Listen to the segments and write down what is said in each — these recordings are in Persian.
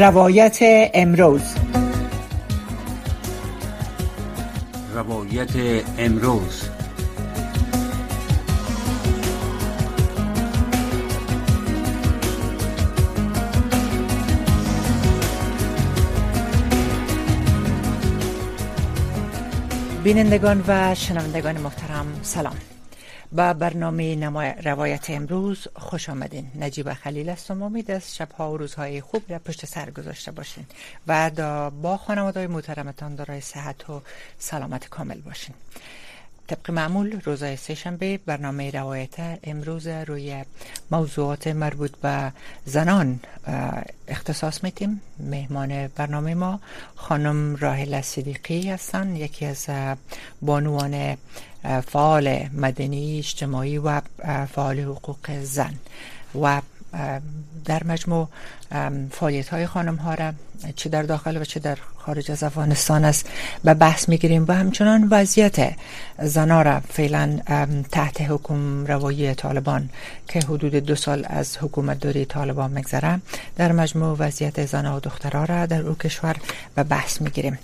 روایت امروز. روایت امروز. بینندگان و شنوندگان محترم، سلام. با برنامه روایت امروز خوش آمدین. نجیب خلیل هستم. امید است شب‌ها و روزهای خوب را پشت سر گذاشته باشین و با خانواده‌های محترمتان دارای صحت و سلامت کامل باشین. طبق معمول روزهای سه‌شنبه برنامه روایت امروز روی موضوعات مربوط به زنان اختصاص میتیم. مهمان برنامه ما خانم راحله صدیقی هستند، یکی از بانوان فعال مدنی، اجتماعی و فعال حقوق زن، و در مجموع فعالیت های خانم ها را چه در داخل و چه در خارج از افغانستان است به بحث میگیریم و همچنان وضعیت زنها را فعلا تحت حکم روایی طالبان که حدود 2 سال از حکومت دوری طالبان میگذره، در مجموع وضعیت زنها و دخترها را در او کشور به بحث میگیریم.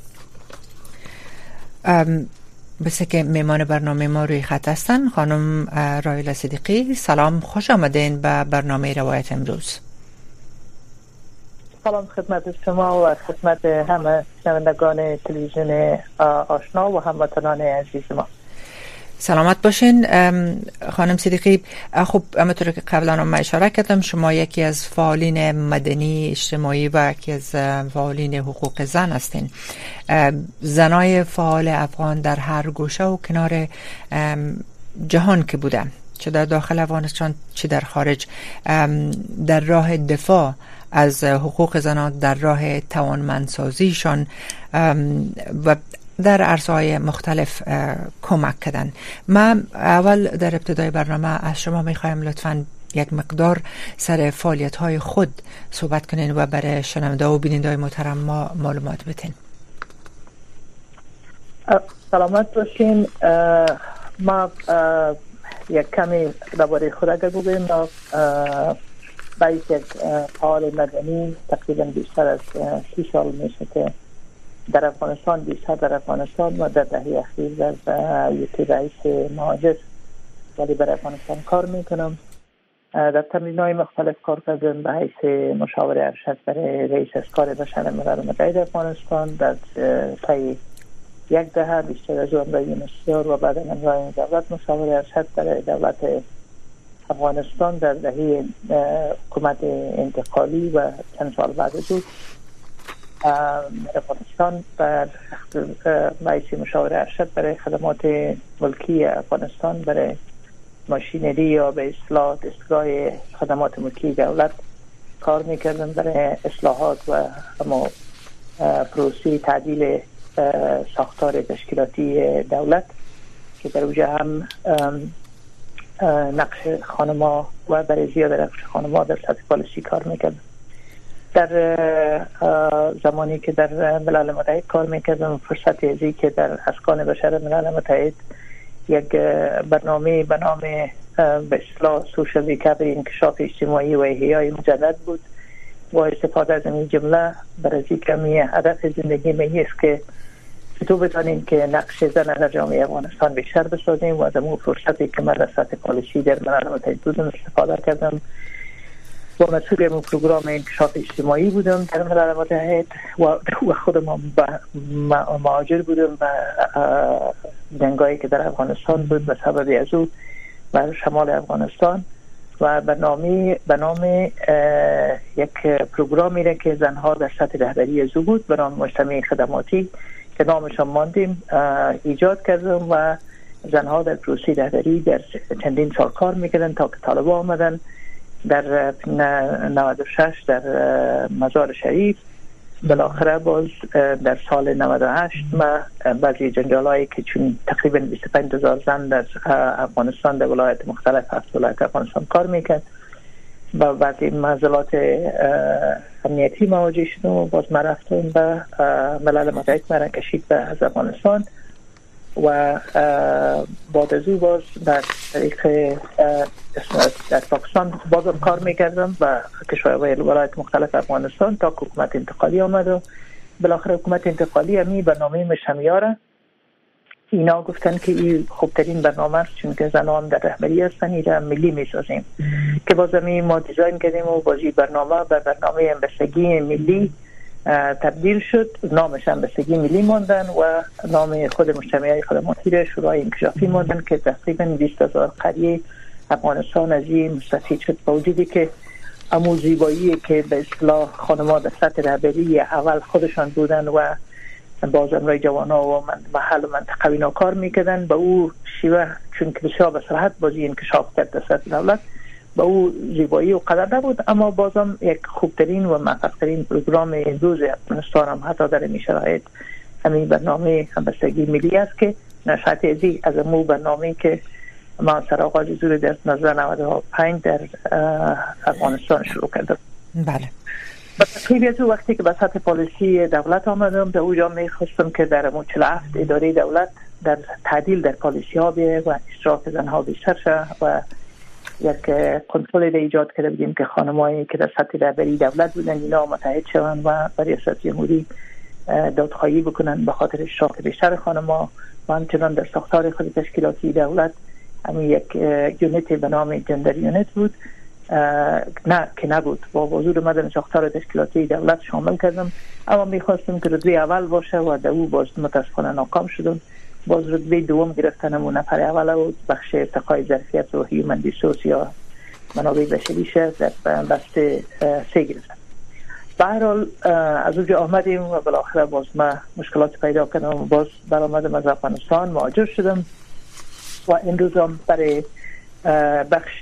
بسه که میمان برنامه ما روی خط هستن خانم راحله صدیقی. سلام، خوش آمدین به برنامه روایت امروز. سلام خدمت شما و خدمت همه شنوندگان تلویزیون آشنا و هموطنان عزیز ما. سلامت باشین خانم صدیقی. خب همونطور که قبلا هم اشاره کردم، شما یکی از فعالین مدنی، اجتماعی و یکی از فعالین حقوق زن هستین. زنای فعال افغان در هر گوشه و کنار جهان که بودن، چه در داخل افغانستان چه در خارج، در راه دفاع از حقوق زنان، در راه توانمندسازیشان و در عرصه‌های مختلف کمک کردن. من اول در ابتدای برنامه از شما میخوایم لطفاً یک مقدار سر فعالیت‌های خود صحبت کنین و برای شنونده و بیننده محترم ما معلومات بدین. سلامت باشین. ما یک کمی درباره خود اگر بگویم، با یک فعال مدنی تقریبا بیشتر از 30 سال میشه که در افغانستان، بیشتر در افغانستان و در دهه اخیر در یک رئیس مهاجر ولی برای افغانستان کار میکنم. در تمرین‌های مختلف کار کردم به حیث مشاور ارشد برای رئیس اسکار بشر ملل متحد افغانستان در طی 1 دهه، بیشتر از اون برای یونسیار و بعد امرای دولت مشاور ارشد برای دولت افغانستان در دهه حکومت انتقالی و چند سال بعد از اون افغانستان بر رئیس مشاور ارشد برای خدمات ملکی افغانستان برای ماشینری یا به اصطلاح دستگاه خدمات ملکی دولت کار میکردم برای اصلاحات و پروسه تعدیل ساختار تشکیلاتی دولت که در اونجا هم نقش خانم‌ها و برای زیاد نقش خانم‌ها در سطح پالیسی کار میکردم. در زمانی که در ملل متحد کار میکردم، فرصت ازی که در اسکان بشر ملل متحد یک برنامه به نام به اصطلاح سوشال ریکاوری، انکشاف اجتماعی و احیای مجدد بود و استفاده از این جمله برای اینکه هدف زندگی من است که چطور بتونیم که نقش زن در جامعه افغانستان بیشتر بسازیم و از اون فرصتی که من در سطح پالیسی در ملل متحد بودم استفاده کردم و مسئول این پروگرام انکشاف اجتماعی بودم در ملل متحد و خودم مهاجر بودم و جنگایی که در افغانستان بود به سبب از او و شمال افغانستان و به نام یک پروگرامی را که زنها در سطح رهبری از او بود به نام مجتمع خدماتی که نامش ماندیم ایجاد کردم و زنها در پروسه رهبری در چندین سال کار میکردن تا که طالبان آمدن در 96 در مزار شریف. بالاخره باز در سال 98 ما بعضی جنجالایی که چون تقریبا 25,000 زن در افغانستان در ولایت مختلف 7 ولایت افغانستان کار میکرد و بعد معضلات امنیتی مواجه شدم و باز ما رفتم به ملل متحد، مرا کشید به از افغانستان و بعد از او باز در طریق در پاکستان بازم کار میکردم و کشورهای ولایت مختلف افغانستان تا حکومت انتقالی آمد و بالاخره حکومت انتقالی همی برنامه مشمیاره اینا گفتن که این خوبترین برنامه است چون که زنان در رهبری هستن ایره ملی میسازیم که بازمی ما دیزاین کردیم و بازی برنامه به برنامه همبستگی ملی تبدیل شد. نامش همبستگی ملی ماندن و نام خود مجتمع خدماتی را شورای انکشافی ماندن که تقریبا 20,000 قریه افغانستان از این مستفید شد. با وجودی که امو زیبایی که به اصطلاح خانم‌ها در سطح رهبری اول خودشان بودن و باز امرای جوانا و محل و منطقه اینا کار میکردن به او شیوه چون که بسیار به صراحت بازی انکشاف کرد در سطح دولت به او زیبایی و قدر نبود اما بازم یک خوبترین و موفق‌ترین پروگرام امروز افغانستان هم حتی در این شرایط همین برنامه همبستگی ملی است که نشأت از امو برنامه که ما سرآغاز زور در 1995 در افغانستان شروع کردم. بله. تقریبا از وقتی که به سطح پالیسی دولت آمدم در اوجا میخواستم که در 47 اداره دولت در تعدیل در پالیسی ها بیه و اشتراک زنها بیشتر شه و یک کنترل ایجاد کرده بودیم که خانمایی که در سطح رهبری دولت بودن اینا متحد شوند و برای ریاست جمهوری دادخواهی بکنن به خاطر اشتراک بیشتر خانم‌ها و همچنان در ساختار خود تشکیلاتی دولت همین یک یونیت به نام جندر یونیت بود نه که نبود با حضور مدن ساختار تشکیلاتی دولت شامل کردم اما میخواستم که رتبه اول باشه و در او باز متاسفانه ناکام شدم باز رتبه دوم گرفتنم و نفر اول و بخش ارتقای ظرفیت و هیومن ریسورس یا منابع بشری شه در بسته 3 گرفتم. به هر حال از اونجا آمدیم و بالاخره باز ما مشکلات پیدا کردم و باز برآمدم از افغانستان مهاجر شدم و امروز هم برای بخش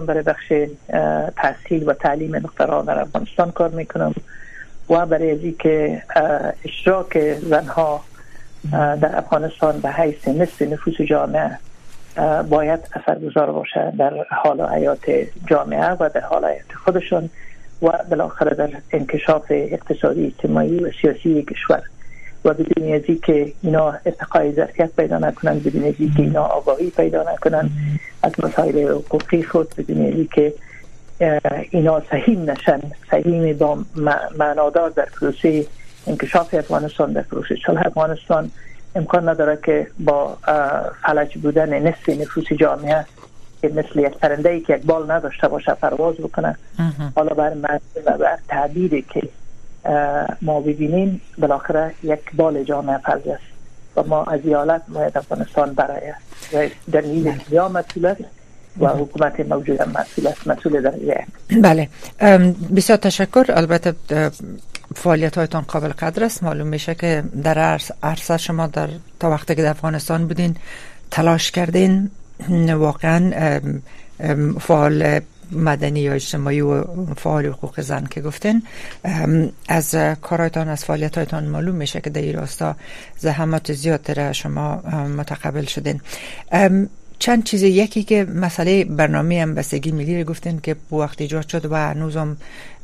تحصیل و تعلیم دختران در افغانستان کار میکنم و برای ازی که اشتراک زنها در افغانستان به حیث نصف نفوس جامعه باید اثرگذار باشه در حال حیات جامعه و در حال حیات خودشون و بالاخره در انکشاف اقتصادی اجتماعی و سیاسی کشور و بدون ازی که اینا ارتقای ظرفیت پیدا نکنن بدون ازی که اینا آگاهی پیدا نکنن از مسائل حقوقی خود بدون ازی که اینا سهیم نشن سهیم با معنادار در پروسه انکشاف افغانستان در پروسه صلح افغانستان امکان نداره که با فلج بودن نصف نفوس جامعه که مثل یک پرنده‌ای که یک بال نداشته باشه پرواز بکنه حالا بر تعبیری که ما ببینیم بالاخره یک بال جامعه فرض است و ما از این حالت باید افغانستان برای در نیل دنیا مسئول است و حکومت موجود هم مسئول در ایه. بله بسیار تشکر. البته فعالیت هایتان قابل قدر است. معلوم میشه که در عرصه شما تا وقتی که در افغانستان بودین تلاش کردین واقعا فعال مدنی یا اجتماعی و فعال حقوق زن که گفتین از کارهایتان از فعالیت‌هایتان معلوم میشه که در این راستا زحمات زیاد را شما متقبل شدین. چند چیز یکی که مسئله برنامه همبستگی ملی رو گفتین که وقت ایجاد شد و هنوزم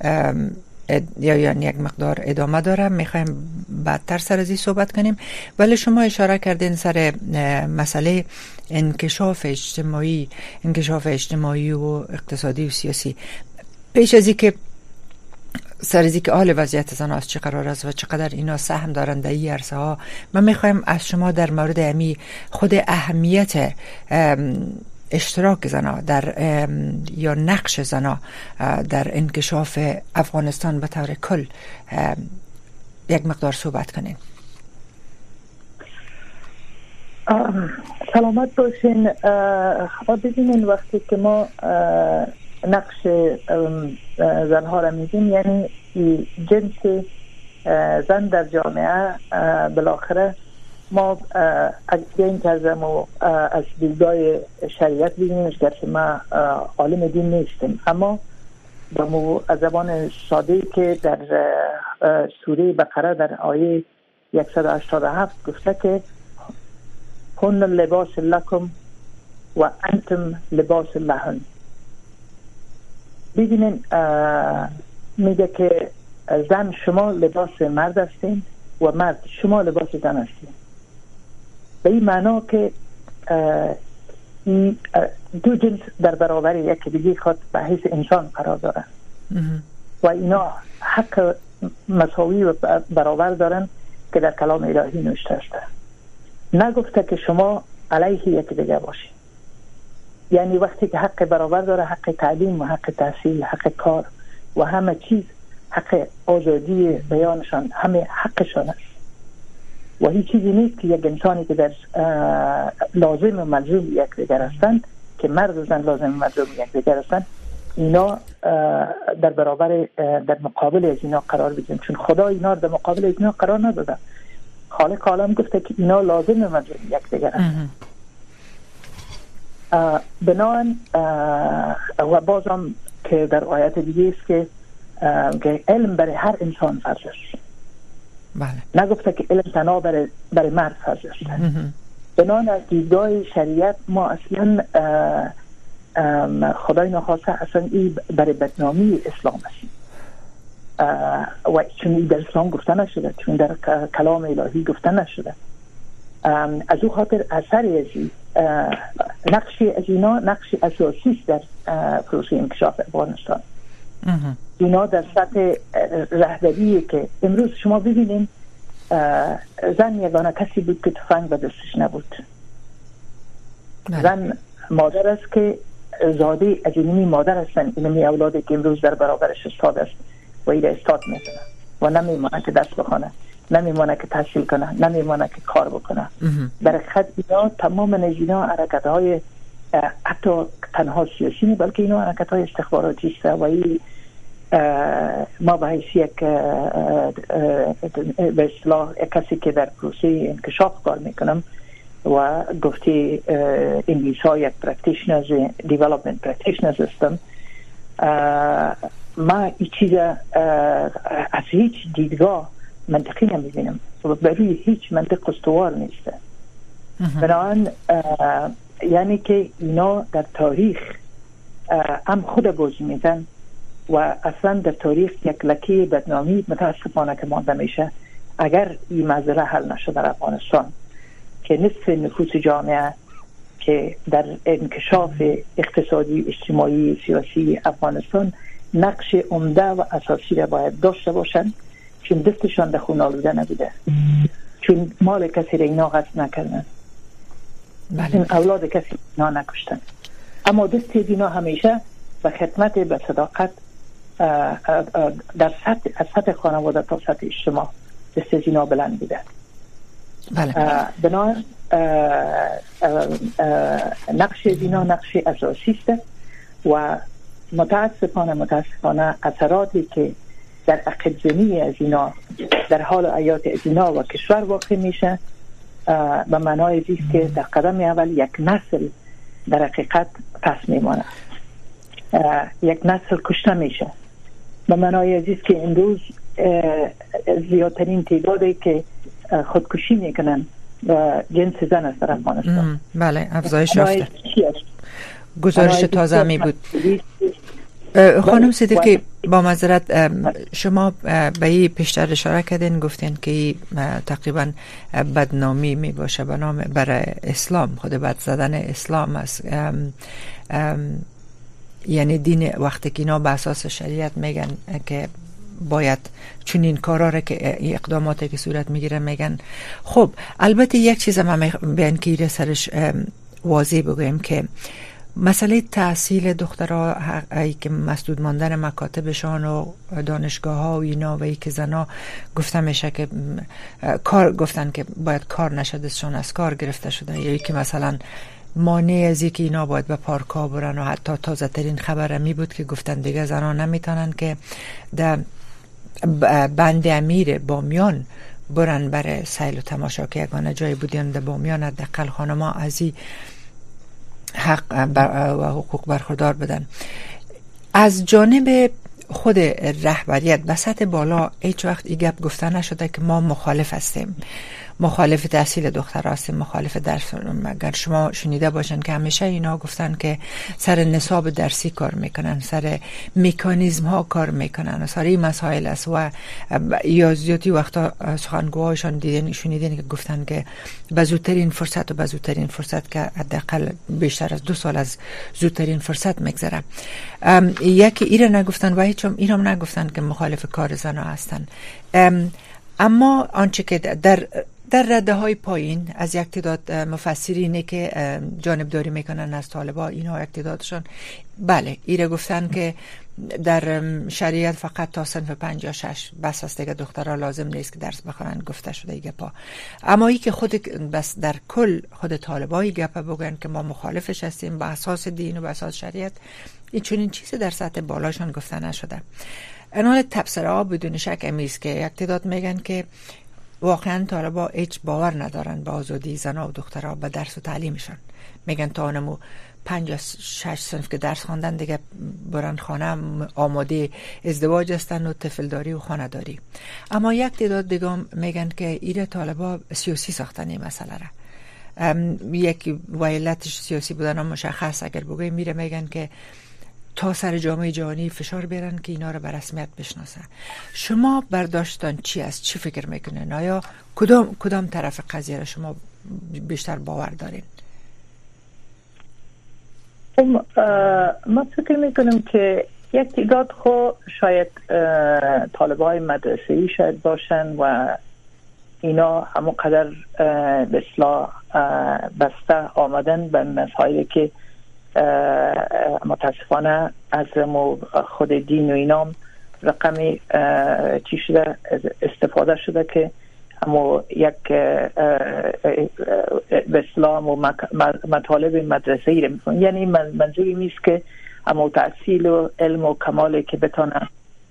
یعنی یک مقدار ادامه داره میخوایم بعدتر سر از این صحبت کنیم ولی شما اشاره کردین سر مسئله انکشاف اجتماعی و اقتصادی و سیاسی پیش از اینکه سر از اینکه حال وضعیت زنان چه قرار است و چقدر اینا سهم دارند در این عرصه ها من میخوایم از شما در مورد امی خود اهمیت اشتراک زنها در یا نقش زنها در انکشاف افغانستان به طور کل یک مقدار صحبت کنین. سلامت باشین. ببینین وقتی که ما نقش زنها را میگیم یعنی جنس زن در جامعه بالاخره ما از این کردم و از دیدگاه شریعت ببینیمش گرچه ما عالم دین نیستیم اما از زبان ساده که در سوره بقره در آیه 187 گفته که هن لباس لکم و انتم لباس لهن. ببینین میگه که زن شما لباس مرد هستین و مرد شما لباس زن هستین به این معنا که دو جنس در برابر یک دیگه خود به حیث انسان قرار دارن و اینا حق مساوی و برابر دارن که در کلام الهی نوشته است. نگفته که شما علیه یک دیگه باشید. یعنی وقتی که حق برابر داره، حق تعلیم و حق تحصیل، حق کار و همه چیز، حق آزادی بیانشان، همه حقشان است و هیچ چیزی نیست که یک انسانی که در لازم و ملزوم یک دیگر هستند، که مرد و زن لازم و ملزوم یک دیگر هستند، اینا در برابر در مقابل از اینا قرار بگیرن، چون خدا اینا در مقابل از اینا قرار نداده. خالق عالم گفته که اینا لازم و ملزوم یک دیگر هستند. بنان و بازم که در آیات دیگه است که علم برای هر انسان فرض است. بله. نگفته که علم تنها برای مرد فرض است. بنان از دیدگاه شریعت ما اصلا خدای نخواسته اصلا این برای بدنامی اسلام است و چون این در اسلام گفته نشده، چون در کلام الهی گفته نشده. از او خاطر اثر نقشی از اینا نقشی اساسی در پروسه انکشاف افغانستان. اینا در سطح رهبری که امروز شما ببینید زن یگانه کسی بود که تفنگ به دستش نبود. زن مادر است که زاده از اینمی مادر هستن، اینمی اولادی که امروز در برابرش استاد است و ایره استاد میزنه و نمیمانه که دست بخونه، نمیمانه که تحصیل کنه، نمیمانه که کار بکنه. در خط اینا تمام اینا حرکت های حتی تنها سیاسی نه، بلکه اینا حرکت های استخباراتی است و این ما به حیث یک به اصطلاح کسی که در پروسه انکشاف کار میکنم و گفتی انگلیس ها یک پرکتیشنرز دیولپمنت پرکتیشنرز هستم، ما این چیز از هیچ دیدگاه منطقی نمیبینم و برای هیچ منطق استوار نیسته. بنابراین یعنی که اینا در تاریخ هم خود بازی میزن و اصلا در تاریخ یک لکه بدنامی متاسفانه که مانده میشه اگر این مسئله حل نشد در افغانستان، که نصف نفوس جامعه که در انکشاف اقتصادی، اجتماعی، سیاسی افغانستان نقش عمده و اساسی را باید داشته باشند، چون دستشان در خون آلوده نبوده، چون مال کسی را اینا غصب نکردن، این اولاد کسی اینا نکشتن، اما دست اینا همیشه به خدمت، به صداقت در سطح خانواده تا سطح اجتماع دست اینا بلند بوده. بنابراین نقش اینا نقش اساسی است و متاسفانه اثراتی که در عقب‌زنی از اینا در حال حیات از اینا و کشور واقع میشه به معنای است که در قدم اول یک نسل در حقیقت پس میمانه، یک نسل کشته میشه. به معنای است که امروز زیادترین تعدادی که خودکشی میکنن جنس زن است در افغانستان. بله، افزایش یافته. گزارش تازه می بود. خانم صدیقی، با معذرت شما به این پیشتر اشاره کردین، گفتین که تقریبا بدنامی می باشه برای اسلام، خود بد زدن اسلام است. یعنی دین وقتی که اینا به اساس شریعت میگن که باید چون این کارا را که اقداماتی که صورت میگیره میگن. خب البته یک چیز من بیان که سرش واضح بگویم که مسئله تحصیل دخترها که مسدود ماندن مکاتبشان و دانشگاه ها و اینا و ای که زنا گفته میشه که کار گفتن که باید کار نشدشان از کار گرفته شده، یا ای که مثلا مانع از اینکه اینا باید به پارک ها برن و حتی تازه ترین خبر می بود که گفتن دیگه زنا نمیتونن که در بند امیر بامیان برن برای سیل و تماشا که یگانه جای بودین در بامیان حداقل خانما از این حق و حقوق برخوردار بدن. از جانب خود رهبریت به سطح بالا هیچ وقت این گپ گفته نشده که ما مخالف هستیم. مخالف تحصیل دخترها هستیم، مخالف درس. اگر شما شنیده باشن که همیشه اینا گفتن که سر نصاب درسی کار میکنن، سر مکانیزم ها کار میکنن، سر این مسائل است. و یا زیادی وقتا سخنگوهاشون دیدن شنیدین که گفتن که به زودترین فرصت که حداقل بیشتر از 2 سال از زودترین فرصت میگذره. یکی ایره نگفتن و هیچم ایرام نگفتن که مخالف کار زنها هستن. اما آنچه که در رده های پایین از یک تعداد مفسرینه که جانبداری میکنن از طالبا، اینا یک تعدادشون بله ایره گفتن که در شریعت فقط تا صنف 5 یا 6 بس است دیگه، دخترها لازم نیست که درس بخونن، گفته شده دیگه پا. اما ای که خود بس در کل خود طالبای گپ بگن که ما مخالفش هستیم به اساس دین و به اساس شریعت، این چنین چیزی در سطح بالاشون گفته نشده. انال تبصره ها بدون شک امیز که یک تعداد میگن که واقعا طالبا هیچ باور ندارن به آزادی زنها و دخترها به درس و تعلیمشان. میگن تا آنمو 5 یا 6 صنف که درس خواندن دیگه برن خانه آماده ازدواج هستن و طفل داری و خانه داری. اما یک تعداد دیگه میگن که ایره طالبا سیاسی ساختن این مسئله را، یک وایلتش سیاسی بودن مشخص. اگر بگویم میگن که تا سر جامعه جهانی فشار بیارن که اینا رو به رسمیت بشناسن. شما برداشتان چی است؟ چی فکر میکنین؟ آیا کدام طرف قضیه را شما بیشتر باور دارین؟ ما فکر میکنم که یک تعداد شاید طالبای مدرسه‌ای شاید باشن و اینا همون قدر به اصلاح بسته آمدن به مسائلی که متاسفانه از خود دین و اینام رقمی چی شده استفاده شده که اما یک به اسلام و مطالب مدرسه‌ای رو میکنن. یعنی منظوری نیست که اما تحصیل و علم و کمالی که بتونه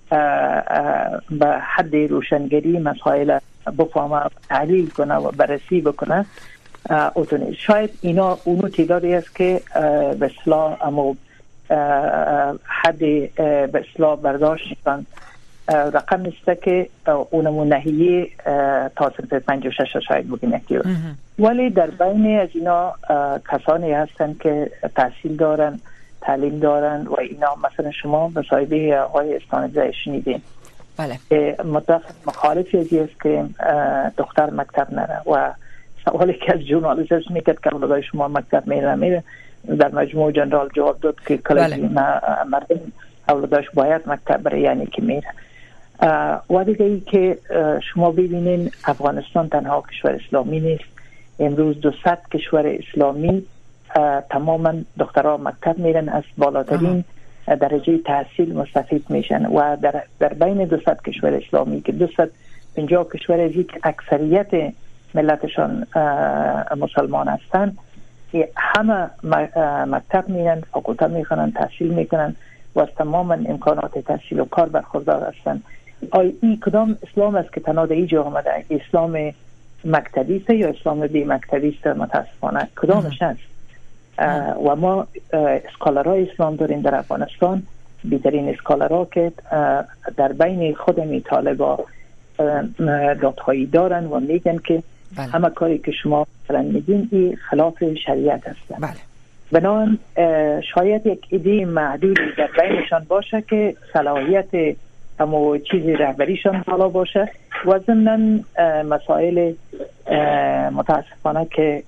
به حد روشنگری مسائل بفهمه، تحلیل کنه و بررسی بکنه. شاید اینا اونو تعدادی است که به اصلاح اما حد به اصلاح برداشتن رقم نیست که اونمو نهیه تا صنف 5 و 6 شاید بگیم اکتیو. ولی در بین از اینا کسانی هستن که تحصیل دارن، تعلیم دارن و اینا مثلا شما به صاحبه آقای استانزه شنیدین. بله. مخالفی ازی است که دختر مکتب نره و سوالی که از ژورنالیست میکرد که اولادای شما مکتب میره در مجموع جنرال جواب داد که کلاسی مردم اولاداش باید مکتب بره، یعنی که میره. و دیگه ای که شما ببینین افغانستان تنها کشور اسلامی نیست. امروز 200 کشور اسلامی تماما دخترها مکتب میرن، از بالاترین درجه تحصیل مستفید میشن و در بین 200 کشور اسلامی که 250 کشور ازی که اکثریت ملتشان مسلمان هستن همه مکتب میرن، فاکولته میخونن، تحصیل میکنن و از تماما امکانات تحصیل و کار برخوردار هستن. این کدام اسلام است که تنها در اینجا آمده؟ اسلام مکتبی است یا اسلام بی مکتبی است؟ متاسفانه کدامش است؟ و ما اسکالرهای اسلام داریم در افغانستان، بیترین اسکالرها که در بین خود طالبا دادخواهی دارن و میگن که همه کاری که شما مثلا میگین این خلاف شریعت است. بله. بنابراین شاید یک ایده محدودی در بینشان باشه که صلاحیت اما چیزی رهبریشان بالا باشه و ضمن مسائل متاسفانه که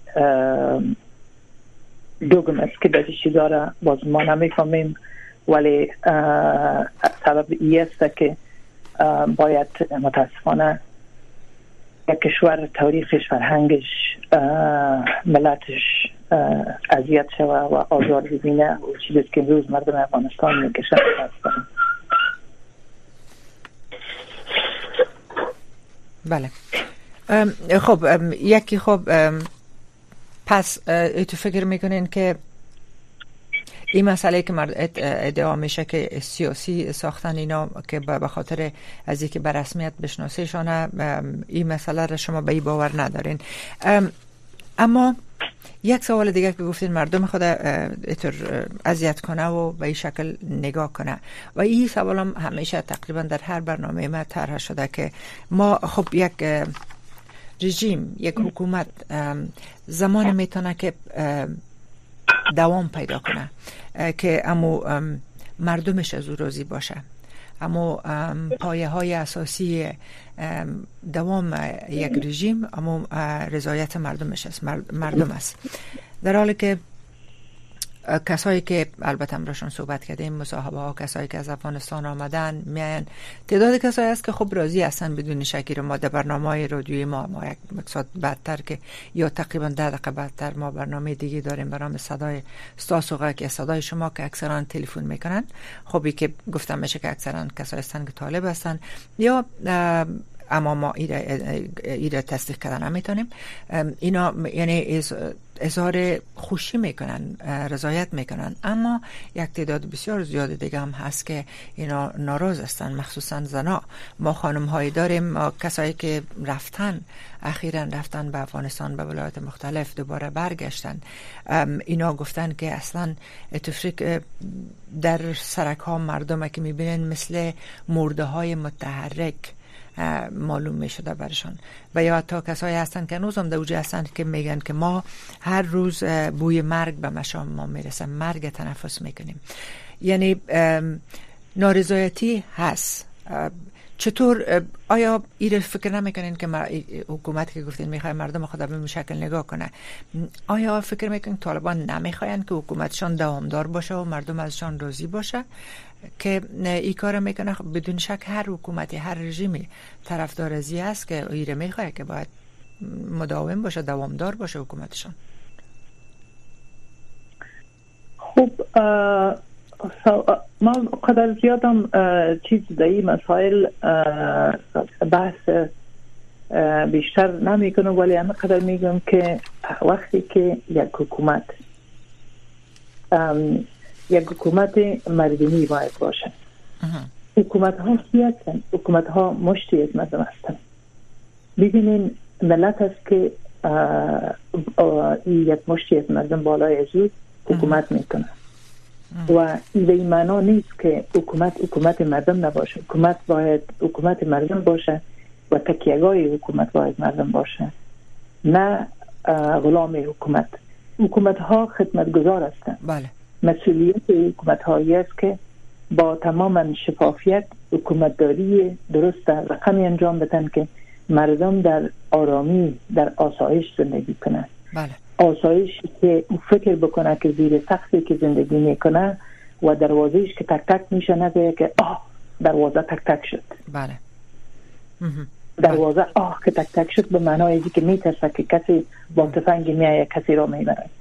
دوگم است که در چیزا را باز ما نمیفهمیم، ولی سبب ای است که باید متاسفانه یک کشور تاریخش، فرهنگش، ملتش اذیت شوه و آزار ببینه و چیزی که امروز مردم افغانستان میکشن هستن. بله. خب یکی پس تو فکر میکنین که این مسئله که ادعا میشه که سیاسی ساختن اینا که به خاطر از اینکه به رسمیت بشناسیشانه، این مسئله را شما به این باور ندارین. اما یک سوال دیگه که گفتین مردم خود اینطور اذیت کنه و به این شکل نگاه کنه و این سوال هم همیشه تقریبا در هر برنامه ما طرح شده که ما خب یک رژیم، یک حکومت زمان میتونه که دوام پیدا کنه که امو مردمش از او راضی باشه، اما پایه های اساسی دوام یک رژیم اما رضایت مردمش است، مردم است. در حالی که کسایی که البته امروزشون صحبت کردیم، مصاحبه ها، کسایی که از افغانستان آمدن میان، تعداد کسایی است که خب راضی هستن بدون شکی. رو ما در برنامه رادیویی ما یک مقصد بعدتر که یا تقریبا 10 دقیقه بعدتر ما برنامه دیگه داریم برنامه صدای استاسوغا که صدای شما که اکثرا تلفن میکنن. خبی که گفتم میشه که اکثرا کسایی هستن که طالب هستن یا اما ما ایره تصدیق کردن نمیتونیم. اینا یعنی اظهار خوشی میکنن، رضایت میکنن، اما یک تعداد بسیار زیاد دیگه هم هست که اینا ناراض هستن، مخصوصا زنا. ما خانم هایی داریم، کسایی که اخیراً رفتن به افغانستان، به ولایات مختلف، دوباره برگشتن. اینا گفتن که اصلا تفریق در سرک ها مردم که میبینن مثل مرده های متحرک معلوم می شده برشان. و یا حتی کسایی هستن که هنوز هم دوجه هستن که میگن که ما هر روز بوی مرگ به مشام ما میرسه، مرگ تنفس میکنیم. یعنی نارضایتی هست. چطور آیا ایره فکر نمیکنین که حکومت که گفتین میخواد مردم خود به این شکل نگاه کنه، آیا فکر میکنین طالبان نمیخواین که حکومتشان دوامدار باشه و مردم ازشان راضی باشه که این کار میکنه؟ بدون شک هر حکومتی، هر رژیمی طرفدار ازی است که ایره میخواد که باید مداوم باشه، دوامدار باشه حکومتشان. خب ما قدر زیادم چیز در این مسائل بحث بیشتر نمی کنم، ولی همه قدر میگم که وقتی که یک حکومت مردمی باید باشه. حکومت ها کی هستن؟ حکومت ها مشتی از مردم هستن. ببینین ملت است که یک مشتی از مردم بالای از او حکومت میکنه و این معنا نیست که حکومت مردم نباشه. حکومت باید حکومت مردم باشه و تکیهگاه حکومت باید مردم باشه، نه غلام حکومت. حکومت ها خدمتگزار هستند. بله. مسئولیت حکومت هایی است که با تمام شفافیت حکومتداری درست رقمی انجام بدن که مردم در آرامی، در آسایش زندگی کنند. بله. آسایش که فکر بکنه که زیر سقفی که زندگی میکنه و دروازهش که تک تک میشه نگه که دروازه تک تک شد. بله. دروازه که تک تک شد به معنای اینه که میترسه که کسی با تفنگ میایه کسی را میبرد.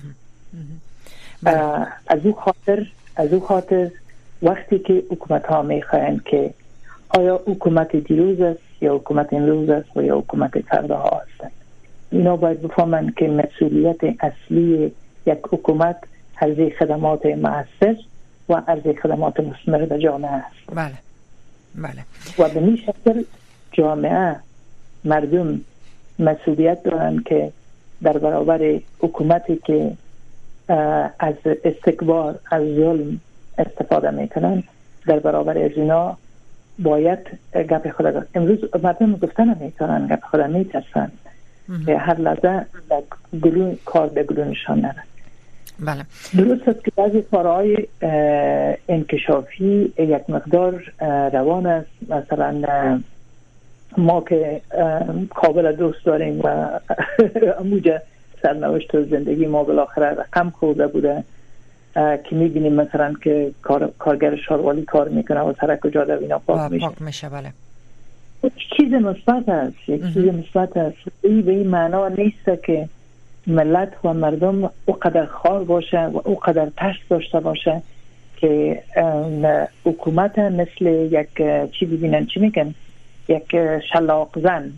از او خاطر وقتی که حکومت ها میخواین که آیا حکومت دیروز است یا حکومت امروز است و یا حکومت فردا ها هستند، اینا باید بفهمن که مسئولیت اصلی یک حکومت عرضه خدمات مؤثر و عرضه خدمات مثمر به جامعه است. بله. بله. و به این شکل جامعه، مردم مسئولیت دارن که در برابر حکومتی که از استکبار، از ظلم استفاده میکنن، در برابر از اینا باید گپ خود داد. امروز مردم گفتن نمیتونن، گپ خود میترسن که هر لحظه کار به گلونشان نرد. بله. درست است که بعضی کارهای انکشافی یک مقدار روان است. مثلا ما که کابل دوست داریم و اموجه سرنوشت و زندگی ما بالاخره رقم خورده بوده که میبینیم مثلا که کارگر شاروالی کار میکنه و سرک و جاده اینا پاک میشه. بله. چیز مثبت است، یک چیز مثبت است. این به این معنا نیست که ملت و مردم اونقدر خار باشه و اونقدر ترس داشته باشه که حکومت مثل یک چی ببینن، چی میگن، یک شلاق زن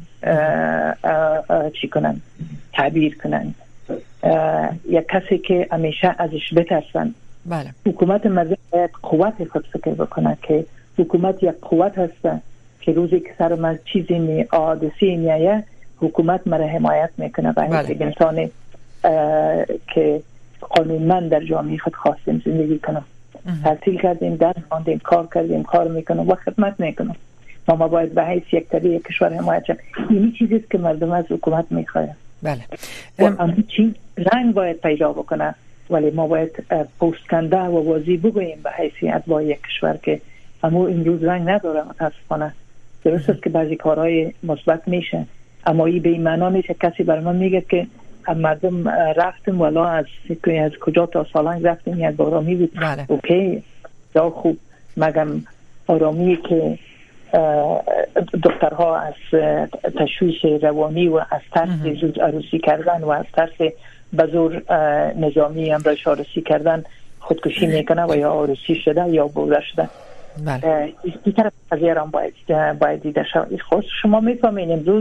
چی کنن، تعبیر کنن، یک کسی که همیشه ازش بترسن. بله. حکومت مردم باید قوت خود فکر بکنه که حکومت یک قوت هست که روزی که سر من چیزی حادثی میایه حکومت مرا حمایت میکنه و یک انسان که قانونمند در جامعه خود خواستیم زندگی کنم. تحصیل کردیم، درس خواندیم، کار کردیم، کار میکنم و خدمت میکنم. ما باید به حیث یک طبیعه کشور حمایت شد. این چیزی است که مردم از حکومت میخواهند. بله. همین چیز رنگ باید پیدا بکنه، ولی ما باید پوستکنده و واضح بگوییم به حیث اتباع یک کشور که اما امروز رنگ نداره. متاسفانه درست است که بعضی کارهای مثبت میشه، اما این به این معنا نیست کسی برای من میگه که مردم رفتیم والا از کجا تا سالنگ رفتیم یک آرامی بود. بله. اوکی یا خوب، مگم آرامی که دخترها از تشویش روانی و از ترس زود عروسی کردن و از ترس بزور نظامی امرایش عروسی کردن خودکشی میکنه و یا عروسی شده یا بوده شده. بله. این طرف قضیه را باید دیده شود. خود شما میفهمین امروز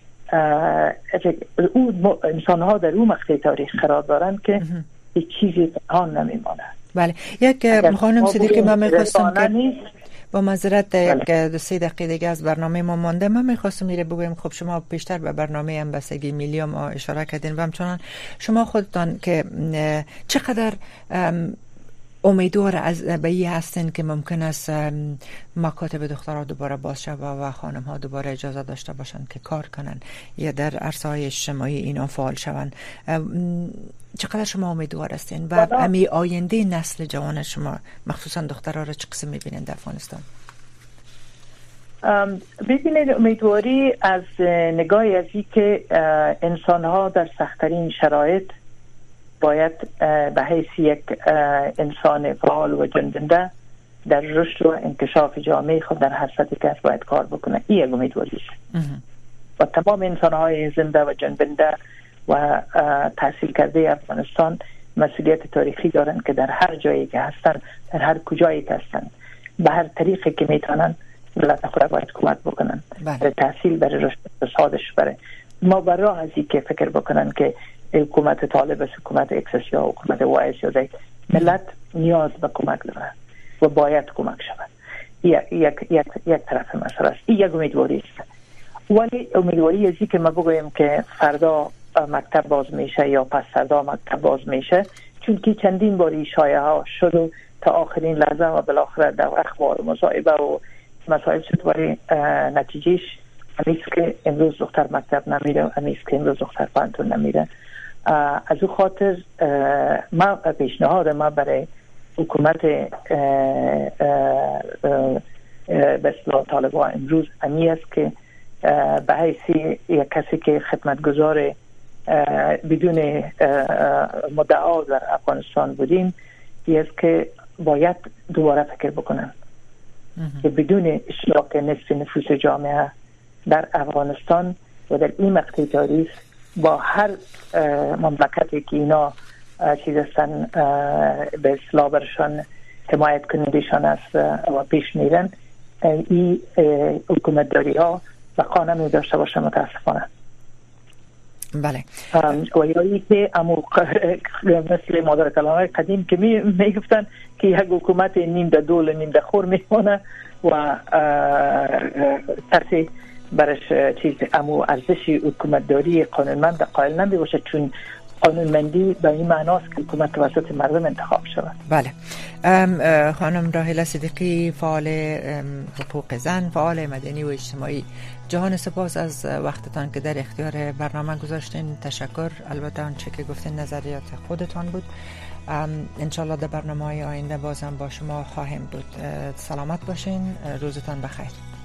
انسان ها در اون مقطع تاریخ قرار دارن که هیچ چیزی آن نمیمانه. بله. یک خانم صدیقی من میخواستم که با معذرت یک 3 دقیقه دیگه از برنامه ما مانده، من میخواستم میره بگویم خب شما بیشتر به برنامه همبستگی ملی ما اشاره کردین و همچنان شما خودتان که چقدر امیدوار از به این هستین که ممکن است مکاتب دخترها دوباره باز شود و خانم ها دوباره اجازه داشته باشند که کار کنن یا در عرصه های اجتماعی اینا فعال شوند، چقدر شما امیدوار هستین و امی آینده نسل جوان شما مخصوصا دخترها را چه قسم میبینین در افغانستان؟ ببینید، امیدواری از نگاهی از این که انسان ها در سخت‌ترین شرایط باید به حیث یک انسان فعال و جنبنده در رشد و انکشاف جامعه خود در هر سطحی که باید کار بکنه. این یک امیدواری است و تمام انسان های زنده و جنبنده و تحصیل کرده افغانستان مسئولیت تاریخی دارند که در هر جایی که هستند، در هر کجایی که هستند، به هر طریقی که میتونن ملت خود باید کمک بکنن. برای تحصیل، برای رشد اقتصادش، برای ما بر راه از این که فکر بکنن که حکومت طالب است، حکومت اکسس یا حکومت وایس یا دیگه. ملت نیاز به کمک داره و باید کمک شود. یک طرف مسئله است. این یک امیدواری است. ولی امیدواری ازی که ما بگوییم که فردا مکتب باز میشه یا پس فردا مکتب باز میشه، چون که چندین باری شایعه ها شد و تا آخرین لحظه و بالاخره در اخبار و مصاحبه و مسائل شد، ولی نتیجهش همیست که امروز دختر مکتب نمیره، همیست که امروز دختر پانتون نمیره. از او خاطر ما پیشنهاد ما برای حکومت به اصطلاح طالبان امروز امی است که به حیث یک کسی که خدمتگزار بدون مدعا در افغانستان بودیم، این است که باید دوباره فکر بکنن که بدون اشتراک نصف نفوس جامعه در افغانستان و در این مقطع تاریخ با هر مملکتی که اینا چیز هستن به اصطلاح برشان حمایت کنندشان است و پیش میرن، این حکومت داری ها بقا نمی داشته باشه متاسفانه. بله. و یایی که مثل مادر کلامه قدیم که می گفتن که یک حکومت نیم در دول نیم در خور میمونه و ترسی برش چیز امو ارزش حکومتداری قانونمند قائل نمی باشه، چون قانونمندی به این معناست که حکومت توسط مردم انتخاب شود. بله. خانم راحله صدیقی، فعال حقوق زن، فعال مدنی و اجتماعی، جهان سپاس از وقتتان که در اختیار برنامه گذاشتین. تشکر. البته آنچه که گفتین نظریات خودتان بود. انشالله در برنامه‌های آینده بازم با شما خواهیم بود. سلامت باشین. روزتان بخیر.